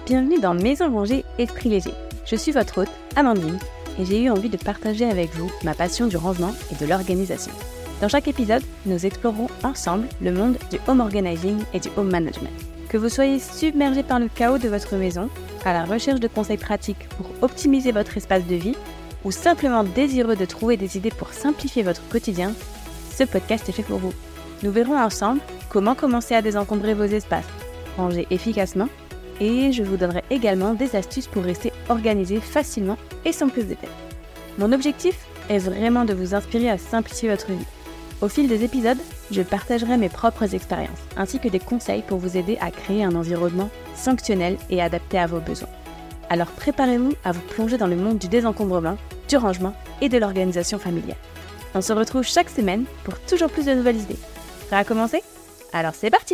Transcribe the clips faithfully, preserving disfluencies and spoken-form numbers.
Bienvenue dans Maison rangée Esprit léger. Je suis votre hôte, Amandine, et j'ai eu envie de partager avec vous ma passion du rangement et de l'organisation. Dans chaque épisode, nous explorerons ensemble le monde du home organizing et du home management. Que vous soyez submergé par le chaos de votre maison, à la recherche de conseils pratiques pour optimiser votre espace de vie, ou simplement désireux de trouver des idées pour simplifier votre quotidien, ce podcast est fait pour vous. Nous verrons ensemble comment commencer à désencombrer vos espaces, ranger efficacement, et je vous donnerai également des astuces pour rester organisé facilement et sans prise de tête. Mon objectif est vraiment de vous inspirer à simplifier votre vie. Au fil des épisodes, je partagerai mes propres expériences, ainsi que des conseils pour vous aider à créer un environnement fonctionnel et adapté à vos besoins. Alors préparez-vous à vous plonger dans le monde du désencombrement, du rangement et de l'organisation familiale. On se retrouve chaque semaine pour toujours plus de nouvelles idées. Prêt à commencer ? Alors c'est parti !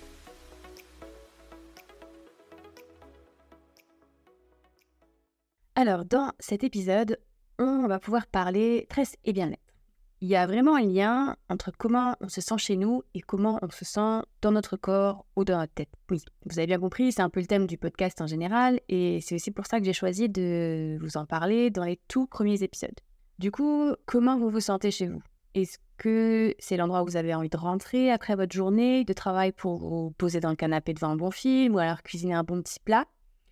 Alors dans cet épisode, on va pouvoir parler stress et bien-être. Il y a vraiment un lien entre comment on se sent chez nous et comment on se sent dans notre corps ou dans notre tête. Oui, vous avez bien compris, c'est un peu le thème du podcast en général et c'est aussi pour ça que j'ai choisi de vous en parler dans les tout premiers épisodes. Du coup, comment vous vous sentez chez vous ? Est-ce que c'est l'endroit où vous avez envie de rentrer après votre journée de travail pour vous poser dans le canapé devant un bon film ou alors cuisiner un bon petit plat ?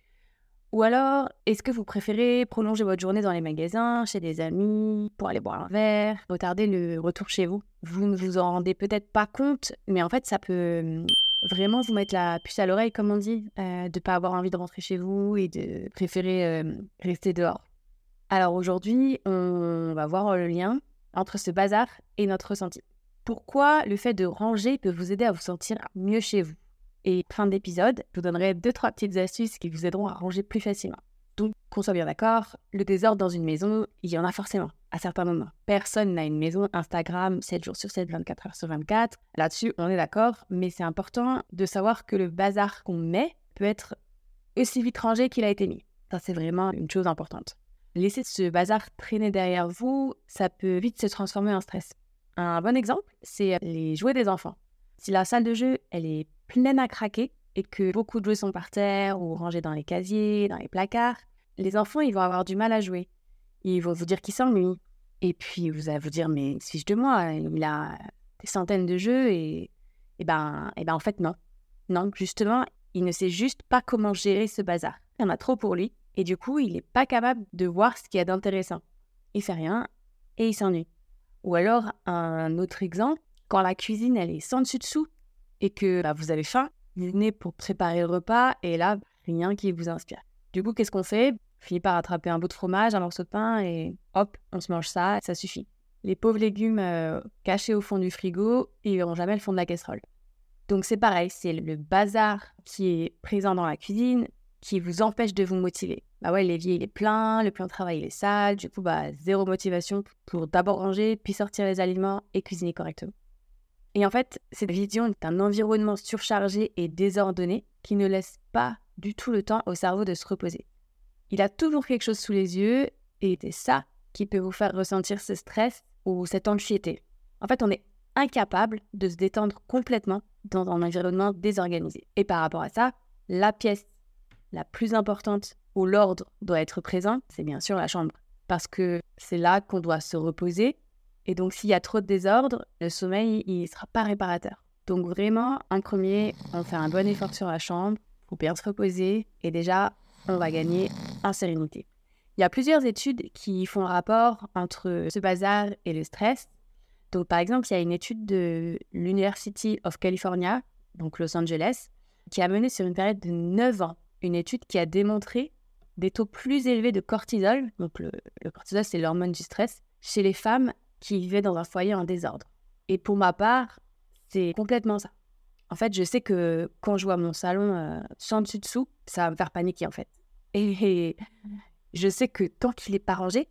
Ou alors, est-ce que vous préférez prolonger votre journée dans les magasins, chez des amis, pour aller boire un verre, retarder le retour chez vous ? Vous ne vous en rendez peut-être pas compte, mais en fait, ça peut vraiment vous mettre la puce à l'oreille, comme on dit, euh, de ne pas avoir envie de rentrer chez vous et de préférer euh, rester dehors. Alors aujourd'hui, on va voir le lien entre ce bazar et notre ressenti. Pourquoi le fait de ranger peut vous aider à vous sentir mieux chez vous ? Et fin d'épisode, je vous donnerai deux, trois petites astuces qui vous aideront à ranger plus facilement. Donc, qu'on soit bien d'accord, le désordre dans une maison, il y en a forcément, à certains moments. Personne n'a une maison Instagram sept jours sur sept, vingt-quatre heures sur vingt-quatre. Là-dessus, on est d'accord, mais c'est important de savoir que le bazar qu'on met peut être aussi vite rangé qu'il a été mis. Ça, c'est vraiment une chose importante. Laisser ce bazar traîner derrière vous, ça peut vite se transformer en stress. Un bon exemple, c'est les jouets des enfants. Si la salle de jeu, elle est pleine à craquer et que beaucoup de jouets sont par terre ou rangés dans les casiers, dans les placards, les enfants, ils vont avoir du mal à jouer. Ils vont vous dire qu'ils s'ennuient. Et puis, vous allez vous dire, mais fiche de moi, il a des centaines de jeux et, et, ben, et ben en fait, non. Non, justement, il ne sait juste pas comment gérer ce bazar. Il y en a trop pour lui et du coup, il n'est pas capable de voir ce qu'il y a d'intéressant. Il fait rien et il s'ennuie. Ou alors, un autre exemple, quand la cuisine, elle est sans dessus-dessous et que bah, vous avez faim, vous venez pour préparer le repas et là, rien qui vous inspire. Du coup, qu'est-ce qu'on fait ? On finit par attraper un bout de fromage, un morceau de pain et hop, on se mange ça, ça suffit. Les pauvres légumes euh, cachés au fond du frigo, ils verront jamais le fond de la casserole. Donc c'est pareil, c'est le bazar qui est présent dans la cuisine qui vous empêche de vous motiver. Bah ouais, l'évier il est plein, le plan de travail il est sale, du coup bah zéro motivation pour d'abord ranger, puis sortir les aliments et cuisiner correctement. Et en fait, cette vision d'un environnement surchargé et désordonné qui ne laisse pas du tout le temps au cerveau de se reposer. Il a toujours quelque chose sous les yeux et c'est ça qui peut vous faire ressentir ce stress ou cette anxiété. En fait, on est incapable de se détendre complètement dans un environnement désorganisé. Et par rapport à ça, la pièce la plus importante où l'ordre doit être présent, c'est bien sûr la chambre. Parce que c'est là qu'on doit se reposer. Et donc, s'il y a trop de désordre, le sommeil, il ne sera pas réparateur. Donc vraiment, en premier, on fait un bon effort sur la chambre pour bien se reposer. Et déjà, on va gagner en sérénité. Il y a plusieurs études qui font rapport entre ce bazar et le stress. Donc, par exemple, il y a une étude de l'University of California, donc Los Angeles, qui a mené sur une période de neuf ans une étude qui a démontré des taux plus élevés de cortisol. Donc, le, le cortisol, c'est l'hormone du stress, chez les femmes qui vivaient dans un foyer en désordre. Et pour ma part, c'est complètement ça. En fait, je sais que quand je vois mon salon euh, sans dessus-dessous, ça va me faire paniquer en fait. Et, et je sais que tant qu'il n'est pas rangé,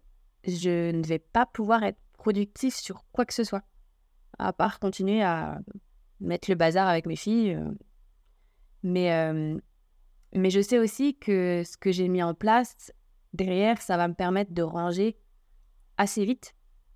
je ne vais pas pouvoir être productive sur quoi que ce soit. À part continuer à mettre le bazar avec mes filles. Euh, mais, euh, mais je sais aussi que ce que j'ai mis en place, derrière, ça va me permettre de ranger assez vite.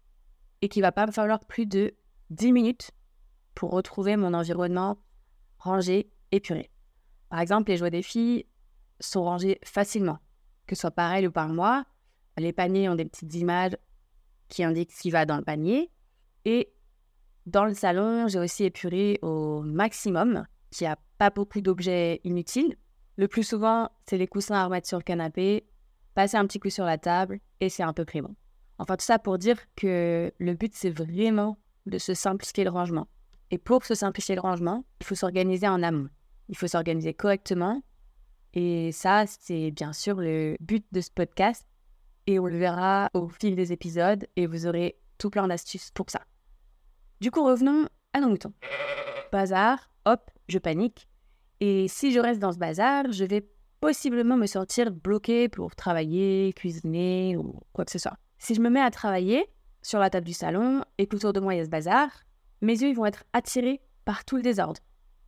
Et qu'il ne va pas me falloir plus de dix minutes pour retrouver mon environnement rangé, épuré. Par exemple, les jouets des filles, sont rangés facilement, que ce soit par elle ou par moi. Les paniers ont des petites images qui indiquent ce qui va dans le panier. Et dans le salon, j'ai aussi épuré au maximum, qu'il n'y a pas beaucoup d'objets inutiles. Le plus souvent, c'est les coussins à remettre sur le canapé, passer un petit coup sur la table et c'est un peu près bon. Enfin, tout ça pour dire que le but, c'est vraiment de se simplifier le rangement. Et pour se simplifier le rangement, il faut s'organiser en amont. Il faut s'organiser correctement. Et ça, c'est bien sûr le but de ce podcast. Et on le verra au fil des épisodes et vous aurez tout plein d'astuces pour ça. Du coup, revenons à nos moutons. Bazar, hop, je panique. Et si je reste dans ce bazar, je vais possiblement me sentir bloquée pour travailler, cuisiner ou quoi que ce soit. Si je me mets à travailler sur la table du salon et qu'autour de moi il y a ce bazar, mes yeux ils vont être attirés par tout le désordre.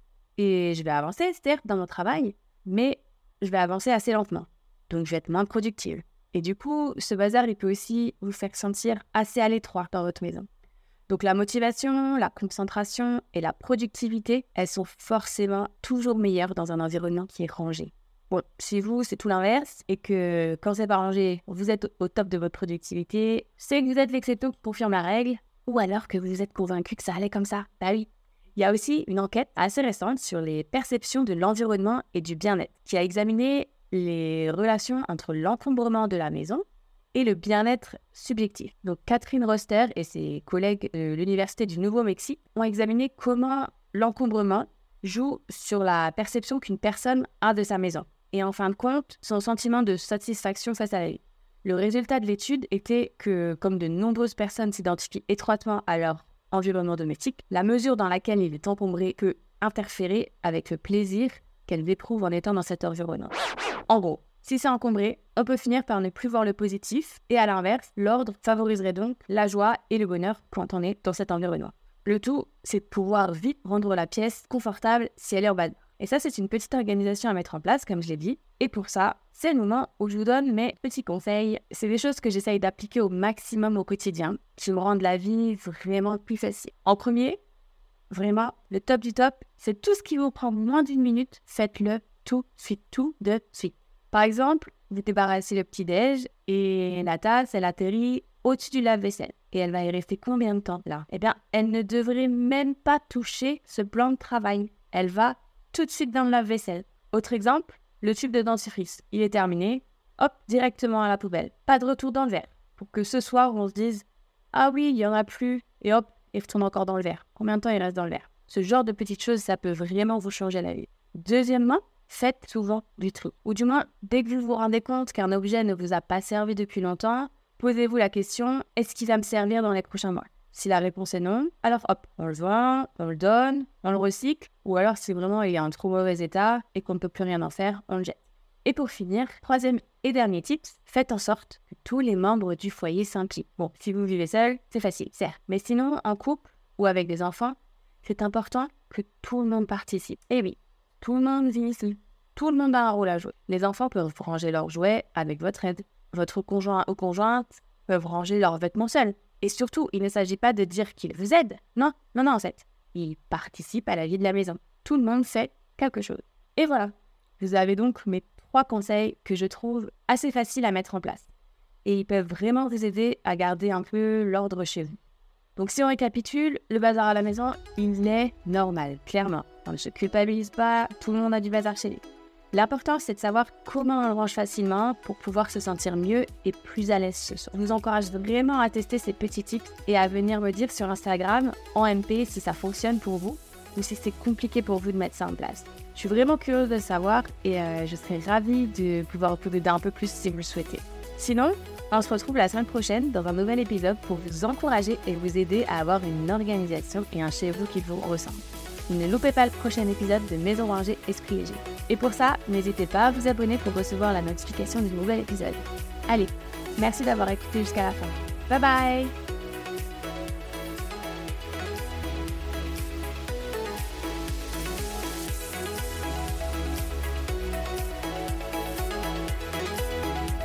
Et je vais avancer, c'est-à-dire dans mon travail, mais je vais avancer assez lentement. Donc je vais être moins productive. Et du coup, ce bazar, il peut aussi vous faire sentir assez à l'étroit dans votre maison. Donc la motivation, la concentration et la productivité, elles sont forcément toujours meilleures dans un environnement qui est rangé. Bon, chez vous, c'est tout l'inverse, et que quand c'est pas rangé, vous êtes au top de votre productivité, c'est que vous êtes l'exception qui confirme la règle, ou alors que vous êtes convaincu que ça allait comme ça. Bah oui. Il y a aussi une enquête assez récente sur les perceptions de l'environnement et du bien-être, qui a examiné les relations entre l'encombrement de la maison et le bien-être subjectif. Donc Catherine Roster et ses collègues de l'Université du Nouveau-Mexique ont examiné comment l'encombrement joue sur la perception qu'une personne a de sa maison et en fin de compte, son sentiment de satisfaction face à la vie. Le résultat de l'étude était que, comme de nombreuses personnes s'identifient étroitement à leur environnement domestique, la mesure dans laquelle il est encombré peut interférer avec le plaisir qu'elles éprouvent en étant dans cet environnement. En gros, si c'est encombré, on peut finir par ne plus voir le positif et à l'inverse, l'ordre favoriserait donc la joie et le bonheur quand on est dans cet environnement. Le tout, c'est de pouvoir vite rendre la pièce confortable si elle est en bas. Et ça, c'est une petite organisation à mettre en place, comme je l'ai dit. Et pour ça, c'est le moment où je vous donne mes petits conseils. C'est des choses que j'essaye d'appliquer au maximum au quotidien, qui me rendent la vie vraiment plus facile. En premier, vraiment, le top du top, c'est tout ce qui vous prend moins d'une minute, faites-le tout de suite, tout de suite. Par exemple, vous débarrassez le petit-déj et la tasse, elle atterrit au-dessus du lave-vaisselle. Et elle va y rester combien de temps là? Eh bien, elle ne devrait même pas toucher ce plan de travail. Elle va tout de suite dans le lave-vaisselle. Autre exemple, le tube de dentifrice. Il est terminé, hop, directement à la poubelle. Pas de retour dans le verre. Pour que ce soir, on se dise « Ah oui, il n'y en a plus » et hop, il retourne encore dans le verre. Combien de temps il reste dans le verre? Ce genre de petites choses, ça peut vraiment vous changer la vie. Deuxièmement, faites souvent du tri. Ou du moins, dès que vous vous rendez compte qu'un objet ne vous a pas servi depuis longtemps, posez-vous la question, est-ce qu'il va me servir dans les prochains mois? Si la réponse est non, alors hop, on le vend, on le donne, on le recycle, ou alors si vraiment il est en trop mauvais état et qu'on ne peut plus rien en faire, on le jette. Et pour finir, troisième et dernier tip, faites en sorte que tous les membres du foyer s'impliquent. Bon, si vous vivez seul, c'est facile, certes. Mais sinon, en couple ou avec des enfants, c'est important que tout le monde participe. Et oui, tout le monde vit ici. Tout le monde a un rôle à jouer. Les enfants peuvent ranger leurs jouets avec votre aide. Votre conjoint ou conjointe peuvent ranger leurs vêtements seuls. Et surtout, il ne s'agit pas de dire qu'ils vous aident. Non, non, non, en fait. Ils participent à la vie de la maison. Tout le monde fait quelque chose. Et voilà. Vous avez donc mes trois conseils que je trouve assez faciles à mettre en place. Et ils peuvent vraiment vous aider à garder un peu l'ordre chez vous. Donc si on récapitule, le bazar à la maison, il est normal, clairement. On ne se culpabilise pas, tout le monde a du bazar chez lui. L'important, c'est de savoir comment on le range facilement pour pouvoir se sentir mieux et plus à l'aise ce soir. Je vous encourage vraiment à tester ces petits tips et à venir me dire sur Instagram, en M P, si ça fonctionne pour vous ou si c'est compliqué pour vous de mettre ça en place. Je suis vraiment curieuse de le savoir et euh, je serais ravie de pouvoir vous aider un peu plus si vous le souhaitez. Sinon, on se retrouve la semaine prochaine dans un nouvel épisode pour vous encourager et vous aider à avoir une organisation et un chez vous qui vous ressemble. Ne loupez pas le prochain épisode de Maison Rangée Esprit Léger. Et pour ça, n'hésitez pas à vous abonner pour recevoir la notification du nouvel épisode. Allez, merci d'avoir écouté jusqu'à la fin. Bye bye!